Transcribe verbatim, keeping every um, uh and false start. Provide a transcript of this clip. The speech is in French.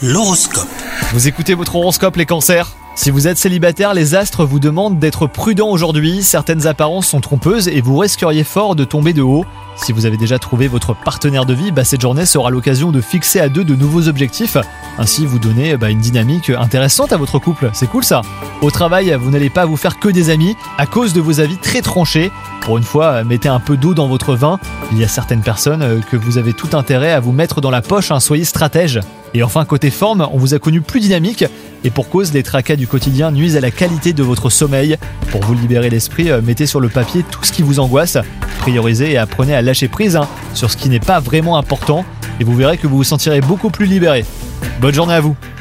L'horoscope. Vous écoutez votre horoscope les cancers ? Si vous êtes célibataire, les astres vous demandent d'être prudent aujourd'hui. Certaines apparences sont trompeuses et vous risqueriez fort de tomber de haut. Si vous avez déjà trouvé votre partenaire de vie, bah cette journée sera l'occasion de fixer à deux de nouveaux objectifs. Ainsi, vous donnez bah, une dynamique intéressante à votre couple. C'est cool ça. Au travail, vous n'allez pas vous faire que des amis à cause de vos avis très tranchés. Pour une fois, mettez un peu d'eau dans votre vin. Il y a certaines personnes que vous avez tout intérêt à vous mettre dans la poche. Hein, soyez stratège. Et enfin, côté forme, on vous a connu plus dynamique. Et pour cause, les tracas du quotidien nuisent à la qualité de votre sommeil. Pour vous libérer l'esprit, mettez sur le papier tout ce qui vous angoisse. Priorisez et apprenez à lâcher prise hein, sur ce qui n'est pas vraiment important. Et vous verrez que vous vous sentirez beaucoup plus libéré. Bonne journée à vous.